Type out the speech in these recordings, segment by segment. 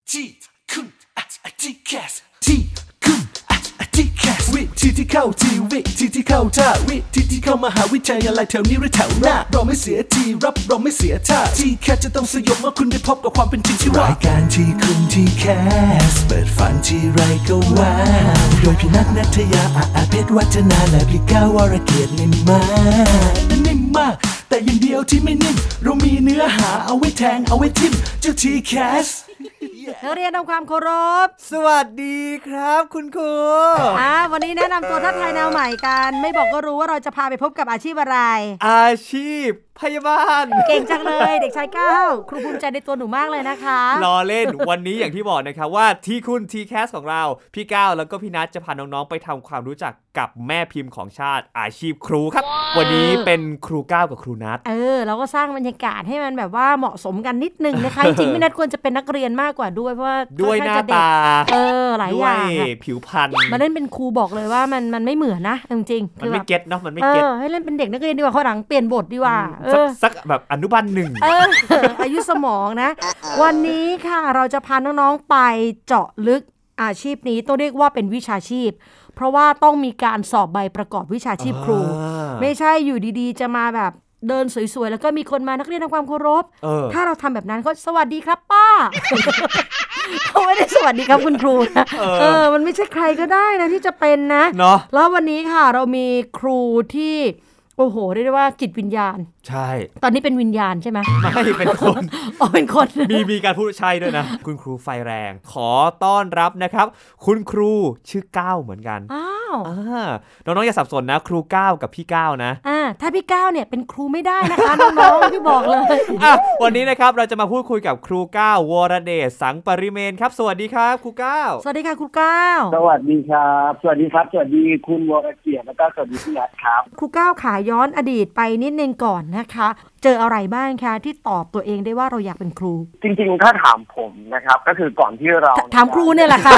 ที่คุณที่แคสที่คุณที่แคสวิธีที่เข้าทีวิธีที่เข้าท่าวิธีที่เข้ามหาวิทยาลัยแถวนี้หรือแถวหน้าเราไม่เสียทีรับเราไม่เสียท่าที่แคสจะต้องสยบเมื่อคุณได้พบกับความเป็นจริงที่ว่ารายการที่คุณที่แคสเปิดฝันที่ไรก็ว่าโดยพี่นัทนัทยาเพชรวัฒนาและพี่ก้าววรเกียรตินิ่มมากแต่อย่างเดียวที่ไม่นิ่มเรามีเนื้อหาเอาไว้แทงเอาไว้ทิ่มเจ้าทีแคสนักเรียนทำความเคารพสวัสดีครับคุณครูวันนี้แนะนำตัวทักทายแนวใหม่กันไม่บอกก็รู้ว่าเราจะพาไปพบกับอาชีพอะไรอาชีพพยาบาลเก่งจังเลยเด็กชายก้าวครูภูมิใจในตัวหนูมากเลยนะคะล้อเล่น วันนี้อย่างที่บอกนะครับว่าที่คุณทีแคสของเราพี่ก้าวแล้วก็พี่นัทจะพาน้องๆไปทำความรู้จักกับแม่พิมพ์ของชาติอาชีพครูครับวันนี้เป็นครูก้าวกับครูนัทเราก็สร้างบรรยากาศให้มันแบบว่าเหมาะสมกันนิดนึงนะคะจริงๆพี่นัทควรจะเป็นนักเรียนมากกว่าด้วยเพราะว่าด้วยหน้าตาหลายอย่างผิวพรรณมาเล่นเป็นครูบอกเลยว่ามันไม่เหมือนนะจริงๆมันไม่เก็ตเนาะมันไม่เก็ตให้เล่นเป็นเด็กนักเรียนดีกว่าข้อหลังเปลี่ยนบทดีกว่าสักแบบอนุบาลหนึ่งอายุสมองนะวันนี้ค่ะเราจะพาน้องๆไปเจาะลึกอาชีพนี้ต้องเรียกว่าเป็นวิชาชีพเพราะว่าต้องมีการสอบใบประกอบวิชาชีพครูไม่ใช่อยู่ดีๆจะมาแบบเดินสวยๆแล้วก็มีคนมานักเรียนทำความเคารพถ้าเราทำแบบนั้นก็สวัสดีครับป้า เขาไม่ได้สวัสดีครับคุณครูนะมันไม่ใช่ใครก็ได้นะที่จะเป็นนะแล้ววันนี้ค่ะเรามีครูที่โอ้โหเรียกได้ว่าจิตวิญญาณใช่ตอนนี้เป็นวิญญาณใช่ไหมไม่เป็นคนเป็นคนมีการพูดใช่ด้วยนะคุณครูไฟแรงขอต้อนรับนะครับคุณครูชื่อก้าวเหมือนกันน้องๆอย่าสับสนนะครูก้าวกับพี่ก้าวนะถ้าพี่ก้าวเนี่ยเป็นครูไม่ได้นะคะน้องๆพี่บอกเลยวันนี้นะครับเราจะมาพูดคุยกับครูก้าววรเดชสังปริเมณครับสวัสดีครับครูก้าวสวัสดีค่ะครูก้าวสวัสดีครับสวัสดีครับสวัสดีคุณวรเกียรติแล้วก็สวัสดีพี่นัทครับครูก้าวขาย้อนอดีตไปนิดนึงก่อนนะคะเจออะไรบ้างคะที่ตอบตัวเองได้ว่าเราอยากเป็นครูจริงๆถ้าถามผมนะครับก็คือก่อนที่เราถามครูเนี่ยแหละค่ะ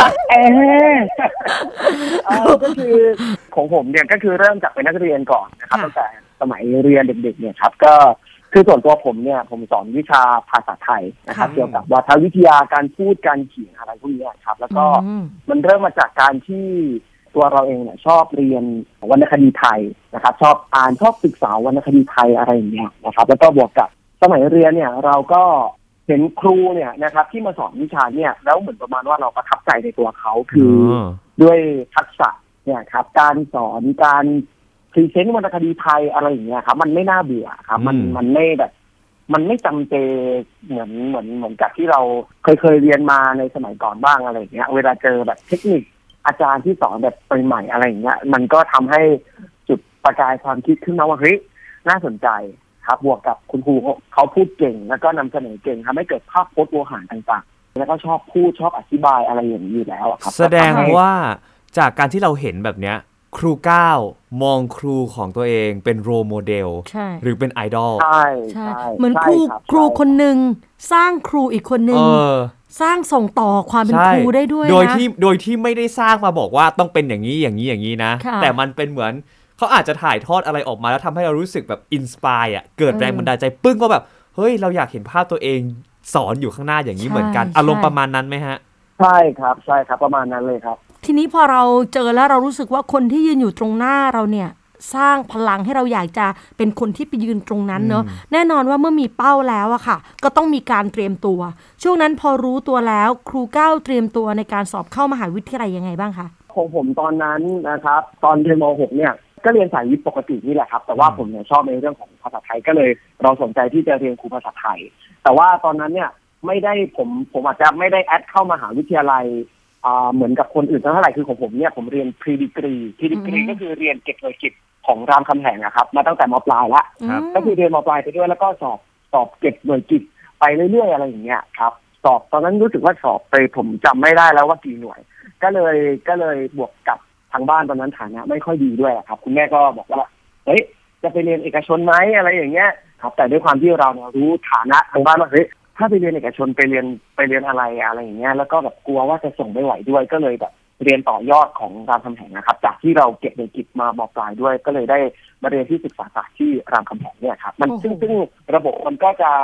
ก็คือของผมเนี่ยก็คือเริ่มจากเป็นนักเรียนก่อนนะครับตั้งแต่สมัยเรียนเด็กๆเนี่ยครับก็คือส่วนตัวผมเนี่ยผมสอนวิชาภาษาไทยนะครับเกี่ยวกับวาทวิทยาการพูดการเขียนอะไรพวกนี้ครับแล้วก็มันเริ่มมาจากการที่ตัวเราเองเนี่ยชอบเรียนวรรณคดีไทยนะครับชอบอ่านชอบศึกษาวรรณคดีไทยอะไรอย่างเงี้ยนะครับแล้วก็บวกกับสมัยเรียนเนี่ยเราก็เห็นครูเนี่ยนะครับที่มาสอนวิชาเนี่ยแล้วเหมือนประมาณว่าเราประทับใจในตัวเขาคือด้วยทักษะเนี่ยครับการสอนการพรีเซนต์วรรณคดีไทยอะไรอย่างเงี้ยครับมันไม่น่าเบื่อครับมันไม่แบบมันไม่จำเจเหมือนกับที่เราเคยเรียนมาในสมัยก่อนบ้างอะไรอย่างเงี้ยเวลาเจอแบบเทคนิคอาจารย์ที่สอนแบบใหม่ๆอะไรอย่างเงี้ยมันก็ทำให้จุดประกายความคิดขึ้นมาว่าเฮ้ยน่าสนใจครับบวกกับคุณครูเขาพูดเก่งแล้วก็นำเสนอเก่งทำให้เกิดภาพโพสต์โวหารต่างๆแล้วก็ชอบพูดชอบอธิบายอะไรอย่างนี้อยู่แล้วครับแสดงว่าจากการที่เราเห็นแบบเนี้ยครูก้าวมองครูของตัวเองเป็นโรโมเดลหรือเป็นไอดอลใช่เหมือนครูคนนึงสร้างครูอีกคนนึงสร้างส่งต่อความเป็นครูได้ด้วยนะโดยที่ไม่ได้สร้างมาบอกว่าต้องเป็นอย่างนี้อย่างนี้อย่างนี้นะแต่มันเป็นเหมือนเขาอาจจะถ่ายทอดอะไรออกมาแล้วทำให้เรารู้สึกแบบอินสไปร์เกิดแรงบันดาลใจปึ้งก็แบบเฮ้ยเราอยากเห็นภาพตัวเองสอนอยู่ข้างหน้าอย่างนี้เหมือนกันอารมณ์ประมาณนั้นไหมฮะใช่ครับประมาณนั้นเลยครับทีนี้พอเราเจอแล้วเรารู้สึกว่าคนที่ยืนอยู่ตรงหน้าเราเนี่ยสร้างพลังให้เราอยากจะเป็นคนที่ไปยืนตรงนั้นเนอะแน่นอนว่าเมื่อมีเป้าแล้วอะค่ะก็ต้องมีการเตรียมตัวช่วงนั้นพอรู้ตัวแล้วครูก้าวเตรียมตัวในการสอบเข้ามหาวิทยาลัยยังไงบ้างคะของผมตอนนั้นนะครับตอนเรียนม.6 เนี่ยก็เรียนสายวิทย์ปกตินี่แหละครับแต่ว่าผมเนี่ยชอบในเรื่องของภาษาไทยก็เลยเราสนใจที่จะเรียนครูภาษาไทยแต่ว่าตอนนั้นเนี่ยไม่ได้ผมอาจจะไม่ได้แอดเข้ามหาวิทยาลัยเหมือนกับคนอื่นเท่าไหร่คือของผมเนี่ยผมเรียนพรีดีกรีก็คือเรียนเก็บหน่วยกิตของรามคำแหงนะครับมาตั้งแต่ม.ปลายละก็คือเรียนม.ปลายไปด้วยแล้วก็สอบเก็บหน่วยกิตไปเรื่อยๆอะไรอย่างเงี้ยครับสอบตอนนั้นรู้สึกว่าสอบไปผมจำไม่ได้แล้วว่ากี่หน่วยก็เลยบวกกับทางบ้านตอนนั้นฐานะไม่ค่อยดีด้วยครับคุณแม่ก็บอกว่าเฮ้ยจะไปเรียนเอกชนไหมอะไรอย่างเงี้ยครับแต่ด้วยความที่เราเนี่ยรู้ฐานะทางบ้านว่าเฮ้ยถ้าไปเรียนเอกชนไปเรียนอะไรอย่างเงี้ยแล้วก็แบบกลัวว่าจะส่งไม่ไหวด้วยก็เลยแบบเรียนต่อยอดของรามคำแหงนะครับจากที่เราเก็บหน่วยกิตมาปลายด้วยก็เลยได้มาเรียนที่ศึกษาศาสตร์ที่รามคำแหงเนี่ยครับมันซึ่งระบบมันก็จะ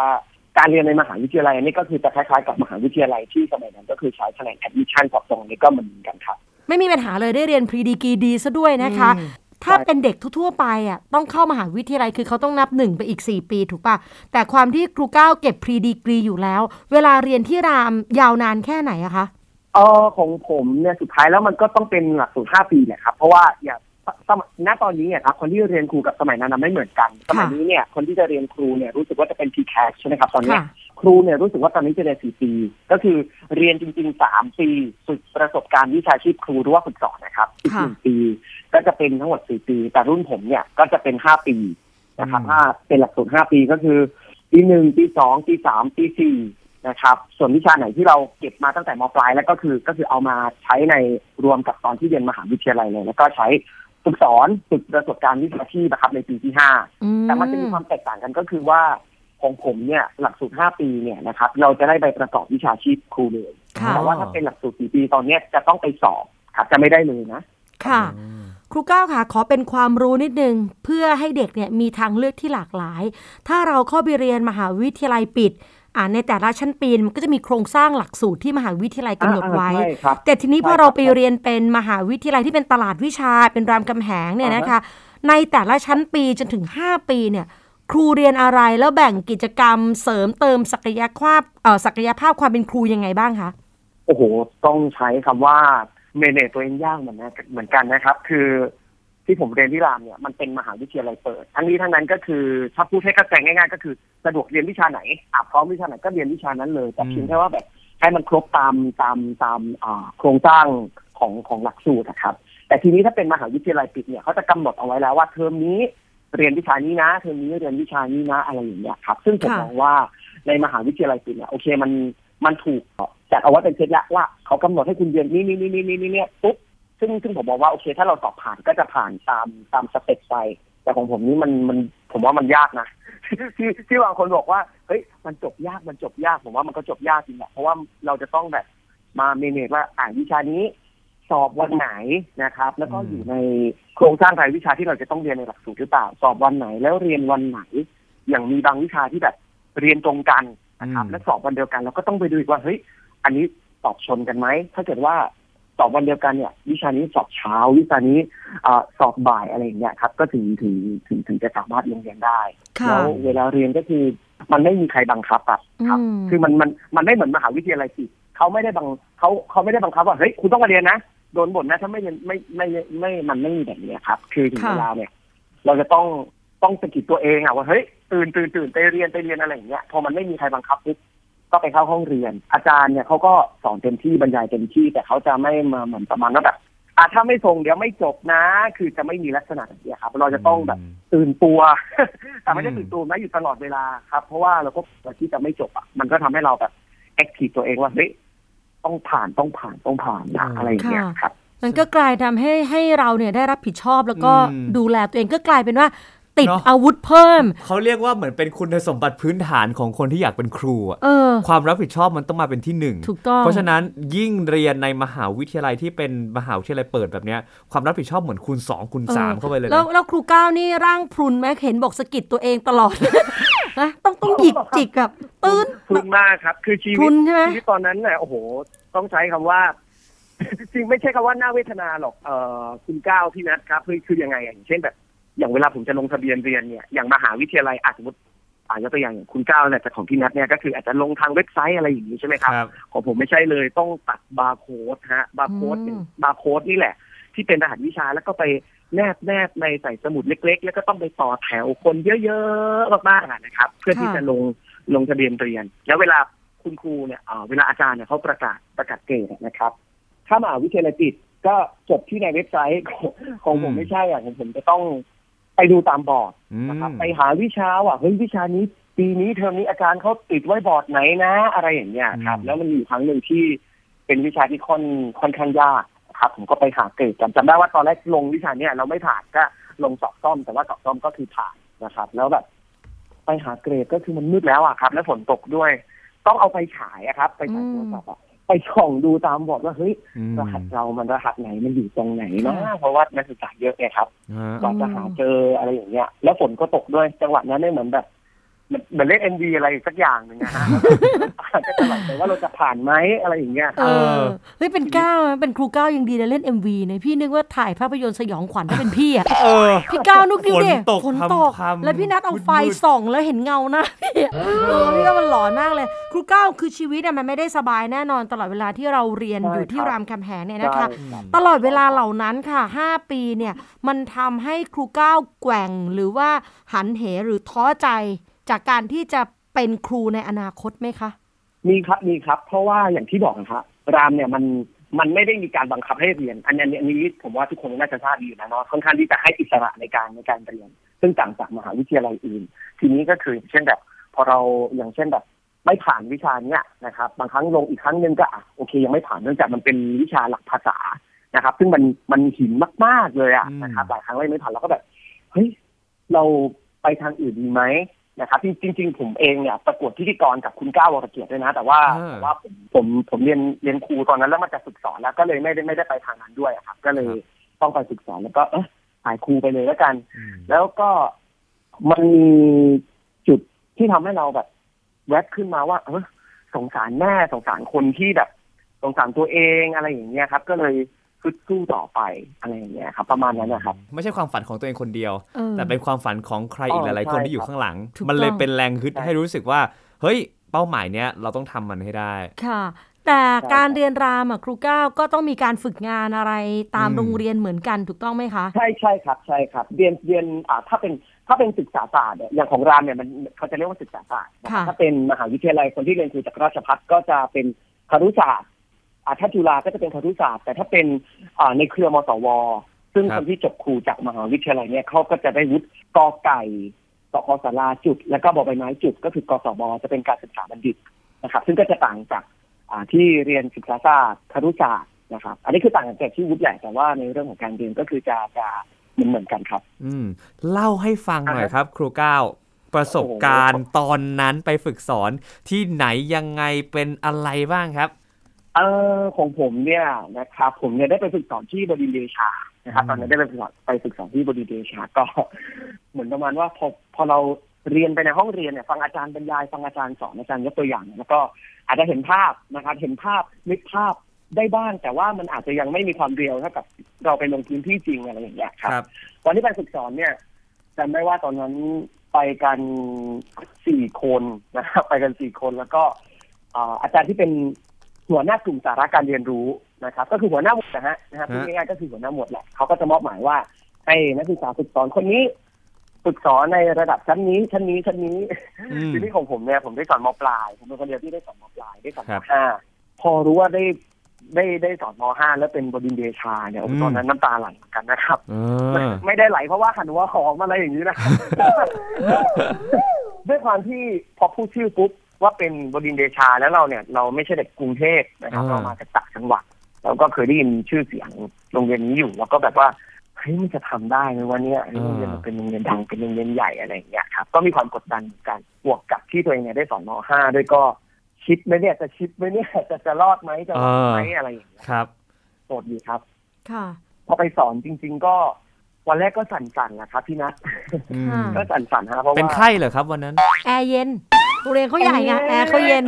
การเรียนในมหาวิทยาลัยนี่ก็คือจะคล้ายๆกับมหาวิทยาลัยที่สมัยนั้นก็คือใช้คะแนนแอดมิชชั่นสอบตรงนี่ก็เหมือนกันครับไม่มีปัญหาเลยได้เรียนพรีดีกรีดีซะด้วยนะคะถ้าเป็นเด็กทั่วไปอ่ะต้องเข้ามหาวิทยาลัยคือเขาต้องนับ1ไปอีก4ปีถูกป่ะแต่ความที่ครูก้าวเก็บพรีดีกรีอยู่แล้วเวลาเรียนที่รามยาวนานแค่ไหนอะคะของผมเนี่ยสุดท้ายแล้วมันก็ต้องเป็นหลักสูตร5ปีแหละครับเพราะว่าอย่างณตอนนี้เนี่ยครับคนที่เรียนครูกับสมัยนั้นไม่เหมือนกันสมัยนี้เนี่ยคนที่จะเรียนครูเนี่ยรู้สึกว่าจะเป็น TCAS ใช่ไหมครับตอนนี้ครูเนี่ยรู้สึกว่าตอนนี้จะเรียน4ปีก็คือเรียนจริงๆ3ปีฝึกประสบการณ์วิชาชีพครูหรือว่าฝึกสอนนะครับอีก1ปีก็จะเป็นทั้งหมด4ปีแต่รุ่นผมเนี่ยก็จะเป็น5ปีนะครับถ้าเป็นหลักสูตร5ปีก็คือปี1ปี2ปี3ปี4นะครับส่วนวิชาไหนที่เราเก็บมาตั้งแต่ม.ปลายแล้วก็คือเอามาใช้ในรวมกับตอนที่เรียนมหาวิทยาลัยเลยแล้วก็ใช้ฝึกสอนฝึกประสบการณ์วิชาชีพนะครับในปีที่5แต่มันจะมีความแตกต่างกันก็คือว่าของผมเนี่ยหลักสูตร5ปีเนี่ยนะครับเราจะได้ใบประกอบวิชาชีพครูเลยแต่ว่าถ้าเป็นหลักสูตร4ปีตอนนี้จะต้องไปสอบครับจะไม่ได้เลยนะค่ะครูก้าวค่ะขอเป็นความรู้นิดนึงเพื่อให้เด็กเนี่ยมีทางเลือกที่หลากหลายถ้าเราเข้าไปเรียนมหาวิทยาลัยปิดในแต่ละชั้นปีมันก็จะมีโครงสร้างหลักสูตรที่มหาวิทยาลัยกำหนดไว้แต่ทีนี้พอเราไปเรียนเป็นมหาวิทยาลัยที่เป็นตลาดวิชาเป็นรามคำแหงเนี่ยนะคะในแต่ละชั้นปีจนถึง5ปีเนี่ยครูเรียนอะไรแล้วแบ่งกิจกรรมเสริมเติมศักยภาพความเป็นครูยังไงบ้างคะโอ้โหต้องใช้คำว่าเมเนจตัวเองยากเหมือนกันนะครับคือที่ผมเรียนที่รามเนี่ยมันเป็นมหาวิทยาลัยเปิดทั้งนี้ทั้งนั้นก็คือถ้าพูดให้เข้าใจง่ายๆก็คือสะดวกเรียนวิชาไหนพร้อมวิชาไหนก็เรียนวิชานั้นเลยแต่เพียงแค่ว่าแบบให้มันครบตามโครงสร้างของหลักสูตรนะครับแต่ทีนี้ถ้าเป็นมหาวิทยาลัยปิดเนี่ยเขาจะกำหนดเอาไว้แล้วว่าเทอมนี้เรียนวิชานี้นะเทอมนี้เรียนวิชานี้นะอะไรอย่างเงี้ยครับซึ่งผมมองว่าในมหาวิทยาลัยปิดเนี่ยโอเคมันถูกจัดเอาไว้เป็นเซตละว่าเขากำหนดให้คุณเรียนนี่ปุ๊บซึ่งผมบอกว่าโอเคถ้าเราสอบผ่านก็จะผ่านตามสเต็ปไปแต่ของผมนี่มันผมว่ามันยากนะ ที่บางคนบอกว่าเฮ้ยมันจบยากผมว่ามันก็จบยากจริงแหละเพราะว่าเราจะต้องแบบมาเมเนจว่าวิชานี้สอบวันไหนนะครับแล้วก็อยู่ในโครงสร้างรายวิชาที่เราจะต้องเรียนในหลักสูตรหรือเปล่าสอบวันไหนแล้วเรียนวันไหนอย่างมีบางวิชาที่แบบเรียนตรงกันนะครับและสอบวันเดียวกันเราก็ต้องไปดูว่าเฮ้ยอันนี้สอบชนกันไหมถ้าเกิดว่าสอบวันเดียวกันเนี่ยวิชานี้สอบเช้าวิชานี้สอบบ่ายอะไรอย่างเงี้ยครับก็ถึงจะสามารถลงเรียนได้แล้วเวลาเรียนก็คือมันไม่มีใครบังคับครับคือมันไม่เหมือนมหาวิทยาลัยสิเขาไม่ได้บังคับว่าเฮ้ยคุณต้องมาเรียนนะโดนบ่นนะถ้าไม่เรียนไม่มันไม่มีแบบนี้ครับคือถึงเวลาเนี่ยเราจะต้องสะกิดตัวเองว่าเฮ้ยตื่นไปเรียนอะไรอย่างเงี้ยพอมันไม่มีใครบังคับปุ๊บก็ไปเข้าห้องเรียนอาจารย์เนี่ยเขาก็สอนเต็มที่บรรยายเต็มที่แต่เขาจะไม่มาเหมือนประมาณว่าแบบถ้าไม่ส่งเดี๋ยวไม่จบนะคือจะไม่มีลักษณะแบบนี้ครับเราจะต้องแบบตื่นตัว แต่ไม่ได้ตื่นตัวนะอยู่ตลอดเวลาครับเพราะว่าเราก็ที่จะไม่จบมันก็ทำให้เราแบบแอคทีฟตัวเองว่าเฮ้ยต้องผ่านนะอะไรอย่างเงี้ยครับมันก็กลายทำให้เราเนี่ยได้รับผิดชอบแล้วก็ดูแลตัวเองก็กลายเป็นว่าติดอาวุธเพิ่มเขาเรียกว่าเหมือนเป็นคุณสมบัติพื้นฐานของคนที่อยากเป็นครูความรับผิดชอบมันต้องมาเป็นที่หนึ่งเพราะฉะนั้นยิ่งเรียนในมหาวิทยาลัยที่เป็นมหาวิทยาลัยเปิดแบบนี้ความรับผิดชอบเหมือนคูณ2คูณ3เข้าไปเลยแล้วครูก้าวนี่ร่างพรุนไหมเห็นบอกสะกิดตัวเองตลอดนะต้องหยิกจิกกับตื่นพรุนมากครับคือชีวิตตอนนั้นเนี่ยโอ้โหต้องใช้คำว่าจริงไม่ใช่คำว่าน่าเวทนาหรอกคุณก้าวพี่นัทครับคือยังไงอย่างเช่นแบบอย่างเวลาผมจะลงทะเบียนเรียนเนี่ยอย่างมหาวิทยาลัยสมมติยกตัวอย่างคุณก้าวเนี่ยแต่ของพี่นัทเนี่ยก็คืออาจจะลงทางเว็บไซต์อะไรอย่างนี้ใช่ไหมครับของผมไม่ใช่เลยต้องตัดบาร์โค้ดบาร์โค้ดนี่แหละที่เป็นรหัสวิชาแล้วก็ไปแนบในใส่สมุดเล็กๆแล้วก็ต้องไปต่อแถวคนเยอะๆมากๆนะครับเพื่อที่จะลงทะเบียนเรียนแล้วเวลาคุณครูเนี่ยเวลาอาจารย์เนี่ยเขาประกาศเกรดนะครับถ้ามหาวิทยาลัยปิดก็จบที่ในเว็บไซต์ของผมไม่ใช่ของผมจะต้องไปดูตามบอร์ดนะครับไปหาวิชาเฮ้ยวิชานี้ปีนี้เทอมนี้อาจารย์เขาติดไว้บอร์ดไหนนะอะไรอย่างเงี้ยครับแล้วมันมีครั้งหนึ่งที่เป็นวิชาที่ค่อนข้างยากครับผมก็ไปหาเกรดจำได้ว่าตอนแรกลงวิชาเนี้ยเราไม่ผ่านก็ลงสอบซ่อมแต่ว่าสอบซ่อมก็คือผ่านนะครับแล้วแบบไปหาเกรดก็คือมันมืดแล้วครับแล้วฝนตกด้วยต้องเอาไปฉายครับไปฉายโทรศัพท์ไปส่องดูตามบอร์ดว่าเฮ้ยรหัสเรามันรหัสไหนมันอยู่ตรงไหนนะเพราะว่านักศึกษาเยอะไงครับก็จะหาเจออะไรอย่างเงี้ยแล้วฝนก็ตกด้วยจังหวะนั้นเนี่ยเหมือนแบบเหมือนเล่น MV อะไรสักอย่างนึงนะฮะก็จะหลังแต่ว่าเราจะผ่านไหมอะไรอย่างเงี้ยเฮ้ยเป็นก้าวเป็นครูก้าวยังดีนะเล่น MV เนี่ยพี่นึกว่าถ่ายภาพยนตร์สยองขวัญถ้าเป็นพี่อ่ะพี่ก้าวนึกดิฝนตกแล้วพี่นัทเอาไฟส่องแล้วเห็นเงาหน้าพี่ก็มันหลอนมากเลยครูก้าวคือชีวิตมันไม่ได้สบายแน่นอนตลอดเวลาที่เราเรียนอยู่ที่รามคำแหงเนี่ยนะคะตลอดเวลาเหล่านั้นค่ะ5ปีเนี่ยมันทำให้ครูก้าวแกว่งหรือว่าหันเหหรือท้อใจจากการที่จะเป็นครูในอนาคตไหมคะมีครับเพราะว่าอย่างที่บอกนะครับรามเนี่ยมันไม่ได้มีการบังคับให้เรียนอันนี้ผมว่าทุกคนน่าจะทราบดีอยู่นะเนาะค่อนข้างที่จะให้อิสระในการเรียนซึ่งต่างจากมหาวิทยาลัยอื่นทีนี้ก็คือเช่นแบบพอเราอย่างเช่นแบบไม่ผ่านวิชาเนี้ยนะครับบางครั้งลงอีกครั้งนึงก็โอเคยังไม่ผ่านเนื่องจากมันเป็นวิชาหลักภาษานะครับซึ่งมันหินมากๆเลยนะครับหลายครั้งไม่ผ่านเราก็แบบเฮ้ยเราไปทางอื่นดีไหมนะครับจริงผมเองเนี่ยประกวดพิธีกรกับคุณก้าววรเกียรติด้วยนะแต่ว่าผมเรียนครูตอนนั้นแล้วมันจะฝึกสอนแล้วก็เลยไม่ได้ไปทางนั้นด้วยครับก็เลยต้องไปฝึกสอนแล้วก็ถ่ายครูไปเลยแล้วกันแล้วก็มันมีจุดที่ทำให้เราแบบแวบขึ้นมาว่าสงสารแม่สงสารคนที่แบบสงสารตัวเองอะไรอย่างเงี้ยครับก็เลยสู้ต่อไปอะไรอย่างเงี้ยครับประมาณนั้นนะครับไม่ใช่ความฝันของตัวเองคนเดียวแต่เป็นความฝันของใครอีกหลายๆคนที่อยู่ข้างหลังมันเลยเป็นแรงฮึดให้รู้สึกว่าเฮ้ยเป้าหมายเนี้ยเราต้องทำมันให้ได้ค่ะแต่การเรียนรามครูก้าวก็ต้องมีการฝึกงานอะไรตามโรงเรียนเหมือนกันถูกต้องไหมคะใช่ครับเรียนถ้าเป็นศึกษาศาสตร์อย่างของรามเนี่ยมันเขาจะเรียกว่าศึกษาศาสตร์ถ้าเป็นมหาวิทยาลัยคนที่เรียนครูจากราชภัฏก็จะเป็นครุศาสตร์ถ้าจุฬาก็จะเป็นครุศาสตร์แต่ถ้าเป็นในเครือมสวซึ่งคนที่จบครูจากมหาวิทยาลัยเนี่ยเขาก็จะได้วุฒิกไก่สคศาจุดแล้วก็บใบไม้จุดก็คือกสบจะเป็นการศึกษาบัณฑิตนะครับซึ่งก็จะต่างจากที่เรียนศึกษาศาสตร์ครุศาสตร์นะครับอันนี้คือต่างกันแต่ที่วุฒิใหญ่แต่ว่าในเรื่องของการเรียนก็คือจะเหมือนกันครับเล่าให้ฟังหน่อยครับครูก้าวประสบการณ์ตอนนั้นไปฝึกสอนที่ไหนยังไงเป็นอะไรบ้างครับของผมเนี่ยนะครับผมเนี่ยได้ไปฝึกสอนที่บดินทร์เดชานะครับตอนนั้นได้ไปฝึกสอนที่บดินทร์เดชาก็เหมือนประมาณว่าพอเราเรียนไปในห้องเรียนเนี่ยฟังอาจารย์บรรยายฟังอาจารย์สอนอาจารย์ยกตัวอย่างแล้วก็อาจจะเห็นภาพนะครับเห็นภาพนึกภาพได้บ้างแต่ว่ามันอาจจะยังไม่มีความเรียวเท่ากับเราไปลงพื้นที่จริงอะไรอย่างเงี้ยครับตอนที่ไปฝึกสอนเนี่ยจำได้ว่าตอนนั้นไปกัน4 คนนะครับไปกัน4 คนแล้วก็อาจารย์ที่เป็นหัวหน้ากลุ่มสาระการเรียนรู้นะครับก็คือหัวหน้าหมวดนะครับพูดง่ายๆก็คือหัวหน้าหมวดแหละเขาก็จะมอบหมายว่าให้นักศึกษาฝึกสอนคนนี้ฝึกสอนในระดับชั้นนี้ทีนี้ของผมเนี่ยผมได้สอนม.ปลายผมเป็นคนเดียวที่ได้สอนม.ปลายได้สอนม.5 พอรู้ว่าได้สอนม.5 แล้วเป็นบดินทร์เดชาเนี่ยตอนนั้นน้ำตาไหลเหมือนกันนะครับไม่ได้ไหลเพราะว่าหันหัวหอมอะไรอย่างนี้นะ ด้วยความที่พอพูดชื่อปุ๊บว่าเป็นบดินทร์เดชาแล้วเราไม่ใช่เด็กกรุงเทพนะครับเรามาจากต่างจังหวัดเราก็เคยได้ยินชื่อเสียงโรงเรียนนี้อยู่แล้วก็แบบว่าเฮ้ยมันจะทำได้ไหมวะเนี่ยโรงเรียนมันเป็นโรงเรียนดังเป็นโรงเรียนใหญ่อะไรอย่างเงี้ยครับก็มีความกดดันกันบวกกับที่ตัวเองเนี่ยได้สอนม.5 ด้วยก็คิดไหมเนี่ยจะรอดไหมจะรอดไหมอะไรอย่างเงี้ยครับโสดดีครับค่ะพอไปสอนจริงๆก็วันแรกก็สั่นๆนะครับพี่นัทก็สั่นๆฮะเพราะว่าเป็นไข้เหรอครับวันนั้นแอร์เย็นโรงเรียนเขาใหญ่ไงแอร์เขาเย็น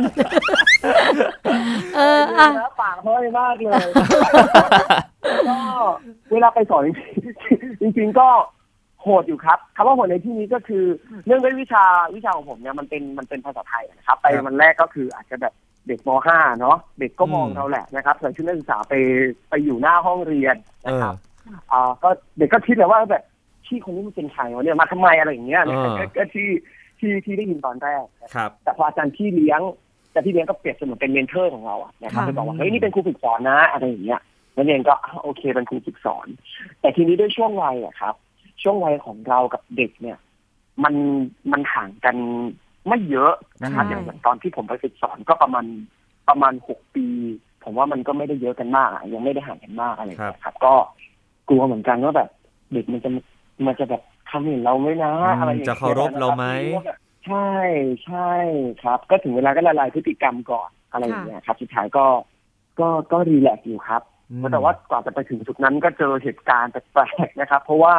ปากห้อยมากเลยก็เวลาไปสอนจริงๆก็โหดอยู่ครับคำว่าโหดในที่นี้ก็คือเนื่องด้วยวิชาของผมเนี่ยมันเป็นภาษาไทยนะครับไปวันแรกก็คืออาจจะแบบเด็กม.5 เนาะเด็กก็มองเราแหละนะครับใส่ชุดนักศึกษาไปอยู่หน้าห้องเรียนนะครับก็เด็กก็คิดเลยว่าแบบที่คนนี้มันเป็นใครวะเนี่ยมาทำไมอะไรอย่างเงี้ยก็ที่ได้ยินตอนแรกแต่พออาจารย์พี่เลี้ยงก็เปรียบเสมือนเป็นเมนเทอร์ของเราอะนะครับไปบอกว่าเฮ้ยนี่เป็นครูฝึกสอนนะอะไรอย่างเงี้ยแล้วเรียนก็โอเคเป็นครูฝึกสอนแต่ทีนี้ด้วยช่วงวัยอะครับช่วงวัยของเรากับเด็กเนี่ยมันห่างกันไม่เยอะนะครับอย่างตอนที่ผมไปฝึกสอนก็ประมาณ6 ปีผมว่ามันก็ไม่ได้เยอะกันมากยังไม่ได้ห่างกันมากอะไรครับก็กลัวเหมือนกันว่าแบบเด็กมันจะแบบทำเห็นเราไหมนะอะไรอย่างเงี้ยจะเคารพเราไหมใช่ครับก็ถึงเวลาก็ละลายพฤติกรรมก่อนอะไรอย่างเงี้ยครับสุดท้ายก็รีแลกซ์อยู่ครับแต่ว่ากว่าจะไปถึงจุดนั้นก็เจอเหตุการณ์แปลกๆนะครับเพราะว่า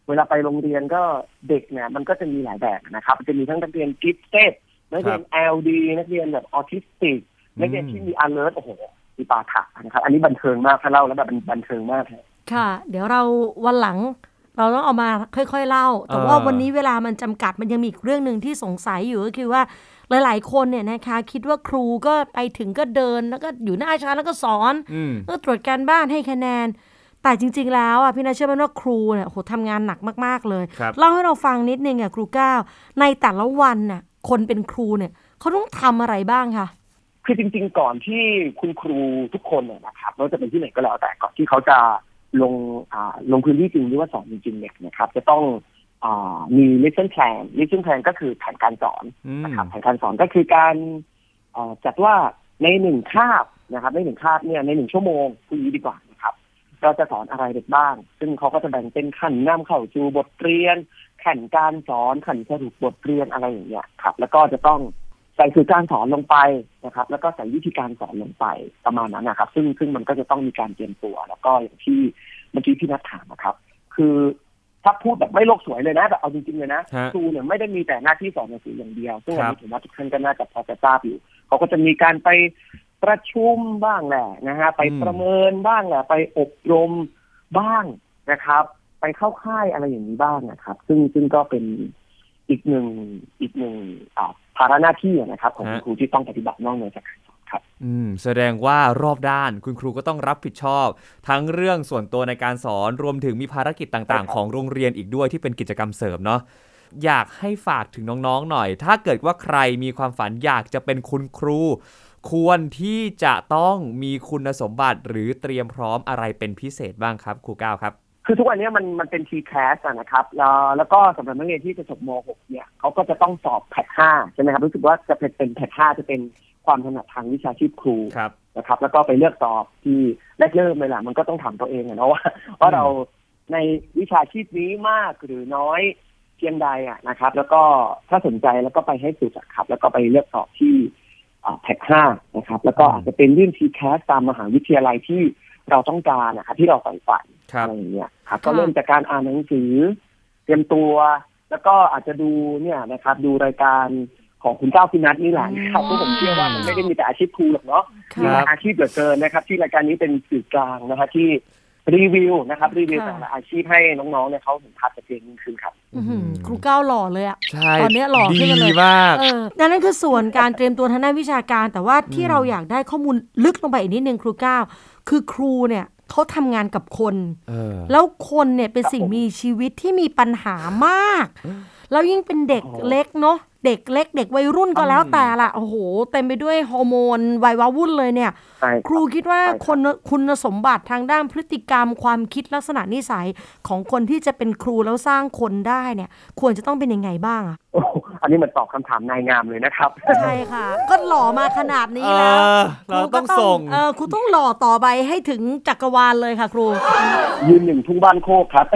เวลาไปโรงเรียนก็เด็กเนี่ยมันก็จะมีหลายแบบนะครับจะมีทั้งนักเรียนกิฟเต็ดนักเรียน LD นักเรียนแบบออทิสติกนักเรียนที่มี alert โอ้โหมีปาถะนะครับอันนี้บันเทิงมากถ้าเล่าแล้วแบบบันเทิงมากค่ะเดี๋ยวเราวันหลังเราต้องเอามาค่อยๆเล่าแต่ว่าวันนี้เวลามันจำกัดมันยังมีอีกเรื่องนึงที่สงสัยอยู่ก็คือว่าหลายๆคนเนี่ยนะคะคิดว่าครูก็ไปถึงก็เดินแล้วก็อยู่หน้าชั้นแล้วก็สอนก็ตรวจการบ้านให้คะแนนแต่จริงๆแล้วอ่ะพี่นาเชื่อไหมว่าครูเนี่ยโหทำงานหนักมากๆเลยเล่าให้เราฟังนิดนึงอ่ะครูก้าวในแต่ละวันน่ะคนเป็นครูเนี่ยเขาต้องทำอะไรบ้างคะคือจริงๆก่อนที่คุณครูทุกคนเนี่ยนะครับไม่ว่าจะเป็นที่ไหนก็แล้วแต่ก่อนที่เขาจะลงพื้นที่จริงหรือว่าสอนจริงๆเนี่ยนะครับจะต้องมี lesson plan ก็คือแผนการสอนนะครับแผนการสอนก็คือการจัดว่าใน1 คาบนะครับใน1 คาบเนี่ยใน1 ชั่วโมงคุยดีกว่านะครับเราจะสอนอะไรเด็กบ้างซึ่งเขาก็จะแบ่งเป็นขั้นนำเข้าสู่บทเรียนขั้นการสอนขั้นสรุปบทเรียนอะไรอย่างเงี้ยครับแล้วก็จะต้องใส่สื่อการสอนลงไปนะครับแล้วก็ใส่วิธีการสอนลงไปประมาณนั้นนะครับซึ่งมันก็จะต้องมีการเตรียมตัวแล้วก็อย่างที่เมื่อกี้พี่นัทถามนะครับคือถ้าพูดแบบไม่โลกสวยเลยนะแบบเอาจริงๆเลยนะครูเนี่ยไม่ได้มีแต่หน้าที่สอนหนังสืออย่างเดียวซึ่งอันนี้ผมว่าทุกท่านก็น่าจะพอจะทราบอยู่เขาก็จะมีการไปประชุมบ้างแหละนะฮะไปประเมินบ้างแหละไปอบรมบ้างนะครับไปเข้าค่ายอะไรอย่างนี้บ้างนะครับซึ่งก็เป็นอีกหนึ่งภาระหน้าที่นะครับของครูที่ต้องปฏิบัตินอกเหนือจากการสอนครับแสดงว่ารอบด้านคุณครูก็ต้องรับผิดชอบทั้งเรื่องส่วนตัวในการสอนรวมถึงมีภารกิจต่างๆของโรงเรียนอีกด้วยที่เป็นกิจกรรมเสริมเนาะอยากให้ฝากถึงน้องๆหน่อยถ้าเกิดว่าใครมีความฝันอยากจะเป็นคุณครูควรที่จะต้องมีคุณสมบัติหรือเตรียมพร้อมอะไรเป็นพิเศษบ้างครับครูก้าวครับคือทุกวันนี้มันเป็น T-class นะครับแล้วก็สำหรับนักเรียนที่จะจบม.6 เนี่ยเขาก็จะต้องสอบแพท 5ใช่ไหมครับรู้สึกว่าจะเป็นแพท 5จะเป็นความถนัดทางวิชาชีพครูนะครับแล้วก็ไปเลือกสอบที่แรกเริ่มเลยล่ะมันก็ต้องถามตัวเองนะว่าเราในวิชาชีพนี้มากหรือน้อยเพียงใดนะครับแล้วก็ถ้าสนใจแล้วก็ไปให้สุดครับแล้วก็ไปเลือกสอบที่แพท 5นะครับแล้วก็อาจจะเป็นยื่น T-class ตามมหาวิทยาลัยที่เราต้องการนะครับที่เราใฝ่ฝันอะไรอย่างเงี้ยครับก็เริ่มจากการอ่านหนังสือเตรียมตัวแล้วก็อาจจะดูเนี่ยนะครับดูรายการของคุณเจ้าพี่นัทนี่แหละครับเพราะผมเชื่อว่ามันไม่ได้มีแต่อาชีพครูหรอกเนาะมีอาชีพเหลือเกินนะครับที่รายการนี้เป็นสื่อกลางนะครับที่รีวิวแต่ละอาชีพให้น้องๆเนี่ยเขาเห็นภาพชัดเจนขึ้นครับครูก้าวหล่อเลยอ่ะตอนนี้หล่อขึ้นมาเลยนั่นคือส่วนการเตรียมตัวทางด้านวิชาการแต่ว่าที่เราอยากได้ข้อมูลลึกลงไปอีกนิดนึงครูก้าวคือครูเนี่ยเขาทำงานกับคนแล้วคนเนี่ยเป็นสิ่งมีชีวิตที่มีปัญหามากแล้วยิ่งเป็นเด็กเล็กเนาะเด็กเล็กเด็กวัยรุ่นก็แล้วแต่ละโอ้โหเต็มไปด้วยฮอร์โมนวัยวะวุ่นเลยเนี่ยครูคิดว่าคุณสมบัติทางด้านพฤติกรรมความคิดลักษณะนิสัยของคนที่จะเป็นครูแล้วสร้างคนได้เนี่ยควรจะต้องเป็นยังไงบ้างอันนี้มันตอบคำถามนายงามเลยนะครับใช่ค่ะก็หล่อมาขนาดนี้แล้วเราต้องส่งครูต้องหล่อต่อไปให้ถึงจักรวาลเลยค่ะครูยืนหนึ่งทุ่งบ้านโคกครับ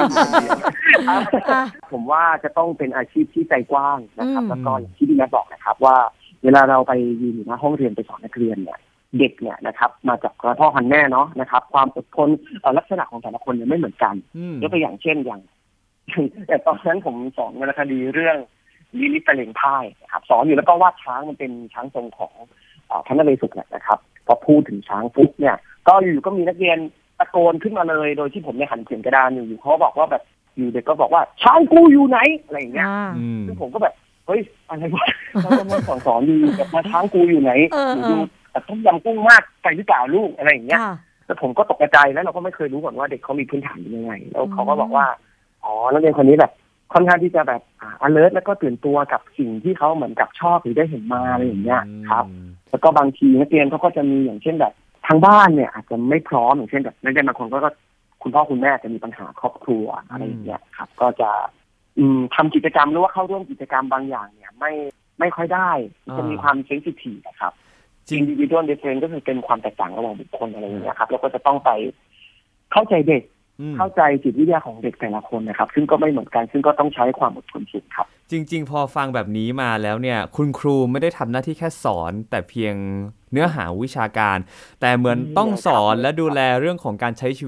ผมว่าจะต้องเป็นอาชีพที่ใจกว้างนะครับแล้วก็อย่างที่พี่นัทบอกนะครับว่าเวลาเราไปยืนอยู่หน้าห้องเรียนไปสอนนักเรียนเนี่ยเด็กเนี่ยนะครับมาจากพ่อพันแม่เนาะนะครับความอดทนลักษณะของแต่ละคนเนี่ยไม่เหมือนกันยกตัวอย่างเช่นอย่างแต่ตอนนั้นผมสอนวรรณคดีเรื่องลิลิตะเลงพ่ายนะครับสอนอยู่แล้วก็วาดช้างมันเป็นช้างทรงของพระนเรศวรนะครับพอพูดถึงช้างปุ๊บเนี่ยก็อยู่ก็มีนักเรียนตะโกนขึ้นมาเลยโดยที่ผมเนี่ยหันเขียนกระดานอยู่เขาบอกว่าแบบอยู่เด็กก็บอกว่าช้างกูอยู่ไหนอะไรอย่างเงี้ยซึ่งผมก็แบบเฮ้ยอะไรวะเรากำลังสอนอยู่แบบมาช้างกูอยู่ไหนอยู่แต่ต้มยำกุ้งมากไปหรือเปล่าลูกอะไรอย่างเงี้ยแล้วผมก็ตกใจแล้วเราก็ไม่เคยรู้ก่อนว่าเด็กเขามีพื้นฐานยังไงแล้วเขาก็บอกว่าอ๋อนักเรียนคนนี้แบบค่อนข้างที่จะแบบalert แล้วก็ตื่นตัวกับสิ่งที่เขาเหมือนกับชอบหรือได้เห็นมาอะไรอย่างเงี้ยครับแล้วก็บางทีนักเรียนเขาก็จะมีอย่างเช่นแบบทางบ้านเนี่ยอาจจะไม่พร้อมอย่างเช่นแบบนักเรียนบางคนก็คุณพ่อคุณแม่จะมีปัญหาครอบครัวอะไรอย่างเงี้ยครับก็จะทำกิจกรรมหรือว่าเข้าร่วมกิจกรรมบางอย่างเนี่ยไม่ค่อยได้จะมีความเซนซิทีฟครับindividual difference ก็คือเป็นความแตกต่างระหว่างบุคคลอะไรอย่างเงี้ยครับแล้วก็จะต้องไปเข้าใจเด็กเข้าใจจิตวิทยาของเด็กแต่ละคนนะครับซึ่งก็ไม่เหมือนกันซึ่งก็ต้องใช้ความอดทนสูงครับจริงๆพอฟังแบบนี้มาแล้วเนี่ยคุณครูไม่ได้ทำหน้าที่แค่สอนแต่เพียงเนื้อหาวิชาการแต่เหมือนต้องสอนและดูแลเรื่องของการใช้ชีวิต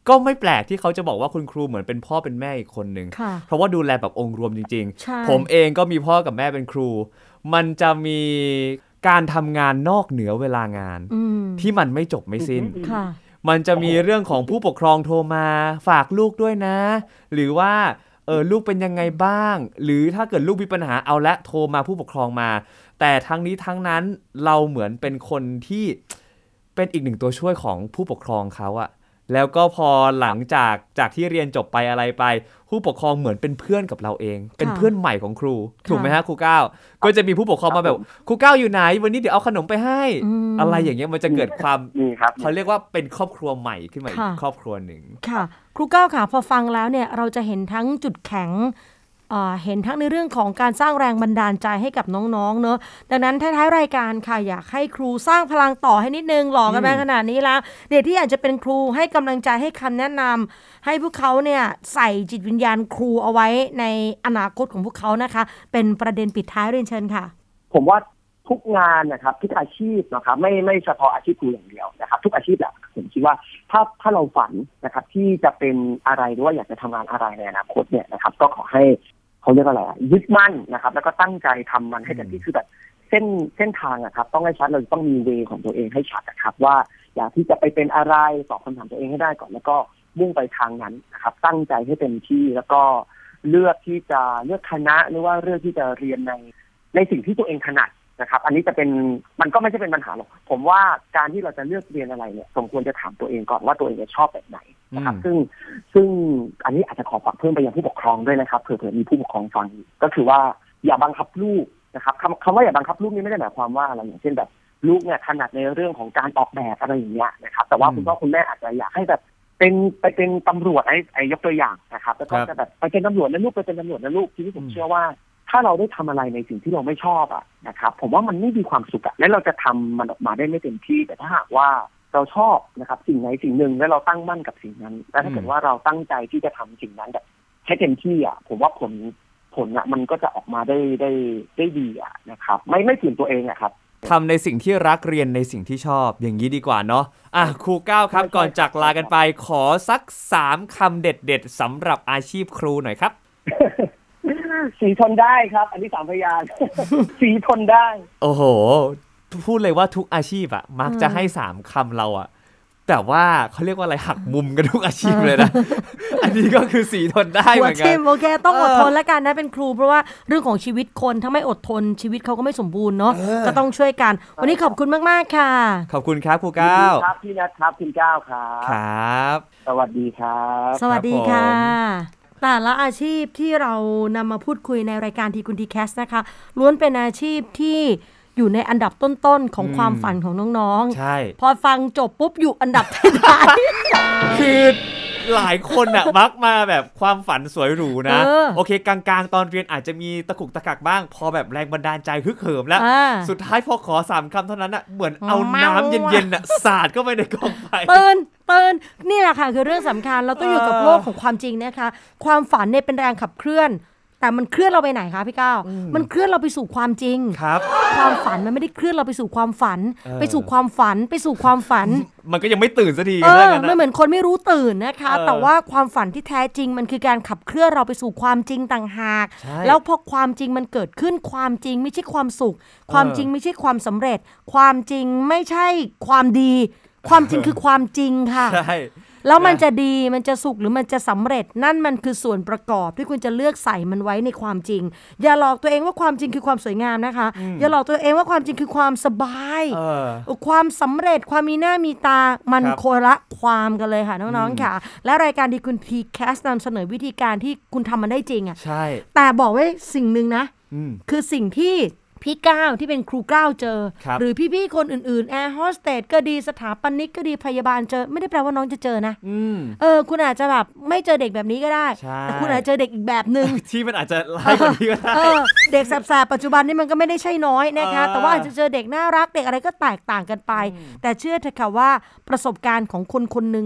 ก็ไม่แปลกที่เขาจะบอกว่าคุณครูเหมือนเป็นพ่อเป็นแม่อีกคนนึงเพราะว่าดูแลแบบองค์รวมจริงๆผมเองก็มีพ่อกับแม่เป็นครูมันจะมีการทำงานนอกเหนือเวลางานที่มันไม่จบไม่สิ้นมันจะมีเรื่องของผู้ปกครองโทรมาฝากลูกด้วยนะหรือว่าลูกเป็นยังไงบ้างหรือถ้าเกิดลูกมีปัญหาเอาละโทรมาผู้ปกครองมาแต่ทั้งนี้ทั้งนั้นเราเหมือนเป็นคนที่เป็นอีกหนึ่งตัวช่วยของผู้ปกครองเขาอะแล้วก็พอหลังจากที่เรียนจบไปอะไรไปผู้ปกครองเหมือนเป็นเพื่อนกับเราเองเป็นเพื่อนใหม่ของครูถูกไหมฮะครูก้าวก็จะมีผู้ปกครองมาแบบครูก้าวอยู่ไหนวันนี้เดี๋ยวเอาขนมไปให้อะไรอย่างเงี้ยมันจะเกิดความเขาเรียกว่าเป็นครอบครัวใหม่ขึ้นมาอีกครอบครัวหนึ่งค่ะครูก้าวค่ะพอฟังแล้วเนี่ยเราจะเห็นทั้งจุดแข็งเห็นทั้งในเรื่องของการสร้างแรงบันดาลใจให้กับน้องๆเนอะดังนั้นท้ายๆรายการค่ะอยากให้ครูสร้างพลังต่อให้นิดนึงหล่อกันมาขนาดนี้แล้วเด็กที่อยากจะเป็นครูให้กำลังใจให้คำแนะนำให้พวกเขาเนี่ยใส่จิตวิญญาณครูเอาไว้ในอนาคตของพวกเขานะคะเป็นประเด็นปิดท้ายเรียนเชิญค่ะผมว่าทุกงานนะครับทุกอาชีพนะครับไม่เฉพาะอาชีพครูอย่างเดียวนะครับทุกอาชีพแหละผมคิดว่าถ้าเราฝันนะครับที่จะเป็นอะไรหรือว่าอยากจะทำงานอะไรในอนาคตเนี่ยนะครับก็ขอให้เขาเรียกอะไรยึดมั่นนะครับแล้วก็ตั้งใจทำมันให้เต็มที่คือแบบเส้นทางอะครับต้องให้ชัดเราต้องมีเวของตัวเองให้ชัดนะครับว่าอยากที่จะไปเป็นอะไรตอบคำถามตัวเองให้ได้ก่อนแล้วก็มุ่งไปทางนั้นนะครับตั้งใจให้เต็มที่แล้วก็เลือกที่จะเลือกคณะหรือว่าเลือกที่จะเรียนในสิ่งที่ตัวเองถนัดนะครับอันนี้จะเป็นมันก็ไม่ใช่เป็นปัญหาหรอกผมว่าการที่เราจะเลือกเรียนอะไรเนี่ยสมควรจะถามตัวเองก่อนว่าตัวเองจะชอบแบบไหนนะครับซึ่งอันนี้อาจจะขอฝากเพิ่มไปยังผู้ปกครองด้วยนะครับเผื่อมีผู้ปกครองฟังก็คือว่าอย่าบังคับลูกนะครับคำว่าอย่าบังคับลูกนี่ไม่ได้หมายความว่าอะไรอย่างเช่นแบบลูกเนี่ยถนัดในเรื่องของการออกแบบอะไรอย่างเงี้ยนะครับแต่ว่าคุณพ่อคุณแม่อาจจะอยากให้แบบไปเป็นตำรวจไอ้ยกตัวอย่างนะครับแล้วก็จะแบบไปเป็นตำรวจนะลูกไปเป็นตำรวจนะลูกที่ผมเชื่อว่าถ้าเราได้ทำอะไรในสิ่งที่เราไม่ชอบอะนะครับผมว่ามันไม่มีความสุขอะและเราจะทำมันออกมาได้ไม่เต็มที่แต่ถ้าหากว่าเราชอบนะครับสิ่งไหนสิ่งหนึ่งและเราตั้งมั่นกับสิ่งนั้นและถ้าเกิดว่าเราตั้งใจที่จะทำสิ่งนั้นแบบให้เต็มที่อ่ะผมว่าผลอ่ะมันก็จะออกมาได้ดีอ่ะนะครับไม่ฝืนตัวเองอ่ะครับทำในสิ่งที่รักเรียนในสิ่งที่ชอบอย่างนี้ดีกว่าเนาะครูก้าวครับก่อนจากลากันไปขอสัก3คำเด็ดๆสำหรับอาชีพครูหน่อยครับสีทนได้ครับอันนี้3พยางค์ สีทนได้โอ้โหพูดเลยว่าทุกอาชีพอะมักจะให้3คำเราอะแต่ว่าเขาเรียกว่าอะไรหักมุมกันทุกอาชีพเลยนะ อันนี้ก็คือสีทนได้เหมือนกันโอเคต้องอดทนแล้วกันนะเป็นครูเพราะว่าเรื่องของชีวิตคนถ้าไม่อดทนชีวิตเขาก็ไม่สมบูรณ์เนาะก็ต้องช่วยกันวันนี้ขอบคุณมากๆค่ะขอบคุณครับครูก้าวครับพี่นัทครับคุณก้าวครับครับสวัสดีครับสวัสดีค่ะแต่ละอาชีพที่เรานำมาพูดคุยในรายการทีคุณทีแคสนะคะล้วนเป็นอาชีพที่อยู่ในอันดับต้นๆของความฝันของน้องๆใช่พอฟังจบปุ๊บอยู่อันดับท้ายคือหลายคนน่ะมักมาแบบความฝันสวยหรูนะโอเคกลางๆตอนเรียนอาจจะมีตะกุกตะกักบ้างพอแบบแรงบันดาลใจฮึกเหิมแล้วสุดท้ายพอขอ3คำเท่านั้นน่ะเหมือนเอาน้ำเย็นๆน่ะสาดเข้าไปในกองไฟตื่นนี่แหละค่ะคือเรื่องสำคัญเราต้องอยู่กับโลกของความจริงนะคะความฝันเนี่ยเป็นแรงขับเคลื่อนแต่มันเคลื่อนเราไปไหนคะพี่ก้าวมันเคลื่อนเราไปสู่ความจริงครับความฝันมันไม่ได้เคลื่อนเราไปสู่ความฝันไปสู่ความฝันไปสู่ความฝันมันก็ยังไม่ตื่นสักทีไม่เหมือนคนไม่รู้ตื่นนะคะแต่ว่าความฝันที่แท้จริงมันคือการขับเคลื่อนเราไปสู่ความจริงต่างหากแล้วพอความจริงมันเกิดขึ้นความจริงไม่ใช่ความสุขความจริงไม่ใช่ความสำเร็จความจริงไม่ใช่ความดีความจริงคือความจริงค่ะใช่แล้วมันจะดีมันจะสุขหรือมันจะสำเร็จนั่นมันคือส่วนประกอบที่คุณจะเลือกใส่มันไว้ในความจริงอย่าหลอกตัวเองว่าความจริงคือความสวยงามนะคะอย่าหลอกตัวเองว่าความจริงคือความสบายความสำเร็จความมีหน้ามีตามันโคละความกันเลยค่ะน้องๆค่ะและรายการที่คุณทีแคสนำเสนอวิธีการที่คุณทำมันได้จริงอ่ะใช่แต่บอกไว้สิ่งนึงนะคือสิ่งที่พี่ก้าวที่เป็นครูก้าวเจอหรือพี่ๆคนอื่นๆแอร์โฮสเตสก็ดีสถาปนิกก็ดีพยาบาลเจอไม่ได้แปลว่าน้องจะเจอนะคุณอาจจะแบบไม่เจอเด็กแบบนี้ก็ได้แต่คุณอาจจะเจอเด็กอีกแบบนึงที่มันอาจจะไล่กว่านี้ก็ได้เด็กแสบๆปัจจุบันนี่มันก็ไม่ได้ใช่น้อยนะคะแต่ว่าอาจจะเจอเด็กน่ารักเด็กอะไรก็แตกต่างกันไปแต่เชื่อเถอะค่ะว่าประสบการณ์ของคนคนนึงอ่ะ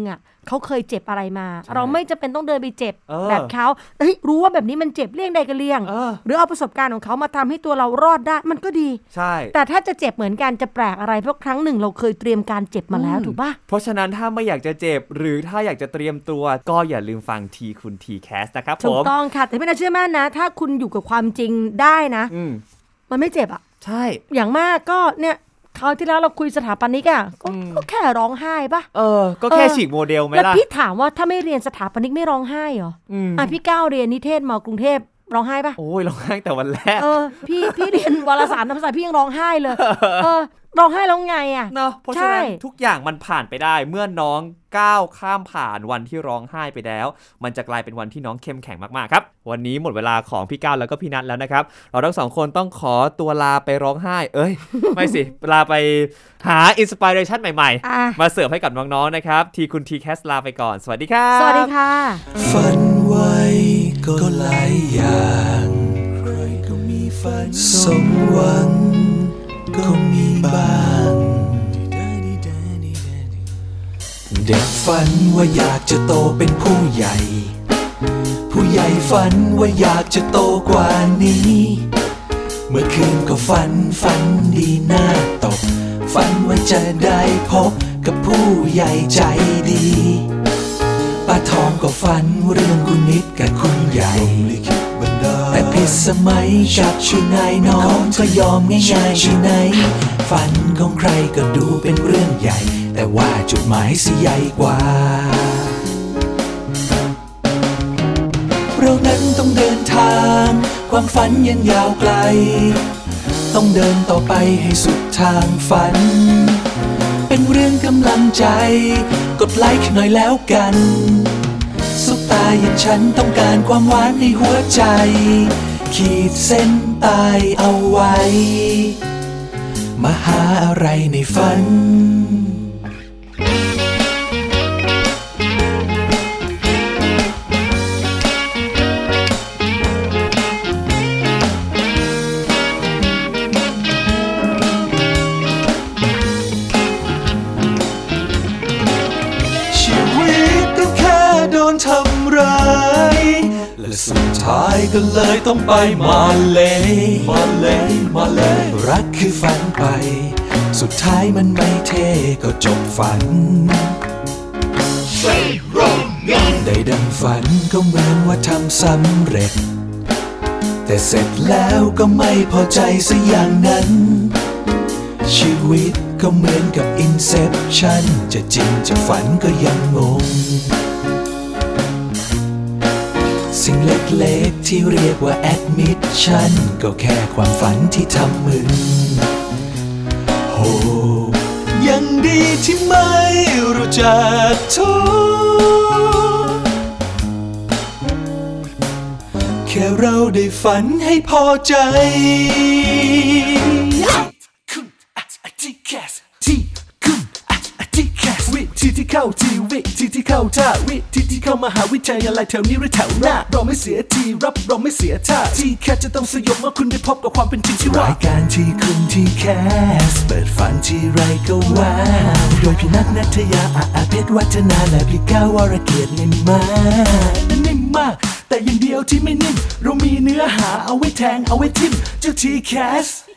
เขาเคยเจ็บอะไรมาเราไม่จำเป็นต้องเดินไปเจ็บแบบเขารู้ว่าแบบนี้มันเจ็บเลี่ยงใดก็เลี่ยงหรือเอาประสบการณ์ของเขามาทำให้ตัวเรารอดได้มันก็ดีใช่แต่ถ้าจะเจ็บเหมือนกันจะแปลกอะไรเพราะครั้งหนึ่งเราเคยเตรียมการเจ็บมาแล้วถูกป่ะเพราะฉะนั้นถ้าไม่อยากจะเจ็บหรือถ้าอยากจะเตรียมตัวก็อย่าลืมฟังทีคุณทีแคสนะครับผมถูกต้องค่ะแต่ไม่น่าเชื่อมั่นนะถ้าคุณอยู่กับความจริงได้นะมันไม่เจ็บอ่ะใช่อย่างมากก็เนี่ยคราวที่แล้วเราคุยสถาปนิกอ่ะก็แค่ร้องไห้ป่ะก็แค่ฉีกโมเดลไหมล่ะแล้วพี่ถามว่าถ้าไม่เรียนสถาปนิกไม่ร้องไห้เหรอพี่ก้าวเรียนนิเทศม.กรุงเทพร้องไห้ป่ะโอ้ยร้องไห้แต่วันแรกพี่เรียนวารสารธรรมศาสตร์พี่ยังร้องไห้เลยร้องไห้แล้วไงอ่ะเนาะเพราะฉะนั้นทุกอย่างมันผ่านไปได้เมื่อน้องก้าวข้ามผ่านวันที่ร้องไห้ไปแล้วมันจะกลายเป็นวันที่น้องเข้มแข็งมากๆครับวันนี้หมดเวลาของพี่ก้าวแล้วก็พี่นัทแล้วนะครับเราทั้งสองคนต้องขอตัวลาไปร้องไห้ไม่สิลาไปหาอินสปิเรชันใหม่ๆมาเสิร์ฟให้กับน้องๆนะครับทีคุณทีแคสลาไปก่อนสวัสดีครับสวัสดีค่ะฝันไว้ก็หลายอย่างใครก็มีฝันสมหวังก็มีบ้างเด็กฝันว่าอยากจะโตเป็นผู้ใหญ่ผู้ใหญ่ฝันว่าอยากจะโตกว่านี้เมื่อคืนก็ฝันดีหน้าตกฝันว่าจะได้พบกับผู้ใหญ่ใจดีป้าทองก็ฝันเรื่องคุณนิดกับคุณใหญ่แต่ผิดสมัยจับชื่อนายน้องก็ยอมง่ายๆชื่อไหนฝันของใครก็ดูเป็นเรื่องใหญ่แต่ว่าจุดหมายสิใหญ่กว่าเรานั้นต้องเดินทางความฝันยังยาวไกลต้องเดินต่อไปให้สุดทางฝันเป็นเรื่องกำลังใจกดไลค์หน่อยแล้วกันสุดตาอย่างฉันต้องการความหวานในหัวใจขีดเส้นตายเอาไว้มาหาอะไรในฝันชีวิตก็แค่โดนทำร้ายและสุดท้ายก็เลยต้องไปมาเลยรักคือฝันไปสุดท้ายมันไม่เท่ก็จบฝันได้ดังฝันก็เหมือนว่าทำสำเร็จแต่เสร็จแล้วก็ไม่พอใจซะอย่างนั้นชีวิตก็เหมือนกับ Inception จะจริงจะฝันก็ยังงงสิ่งเล็กๆที่เรียกว่า Admission ก็แค่ความฝันที่ทำมึนโหยังดีที่ไม่รู้จักทุกข์แค่เราได้ฝันให้พอใจวิธีที่เข้าทีวิธีที่เข้าท่าวิธีที่เข้ามหาวิทยาลัยแถวนี้หรือแถวหน้าเราไม่เสียทีรับเราไม่เสียท่าที่แค่จะต้องสยบเมื่อคุณได้พบกับความเป็นจริงที่ว่ารายการที่คุณที่แคสเปิดฝันที่ไรก็ว้าวโดยพี่นัทนัทยาอาเพชรวัฒนาและพี่ก้าววรเกียรตินิ่มมากแต่อย่างเดียวที่ไม่นิ่มเรามีเนื้อหาเอาไว้แทงเอาไว้ทิมเจ้าทีแคส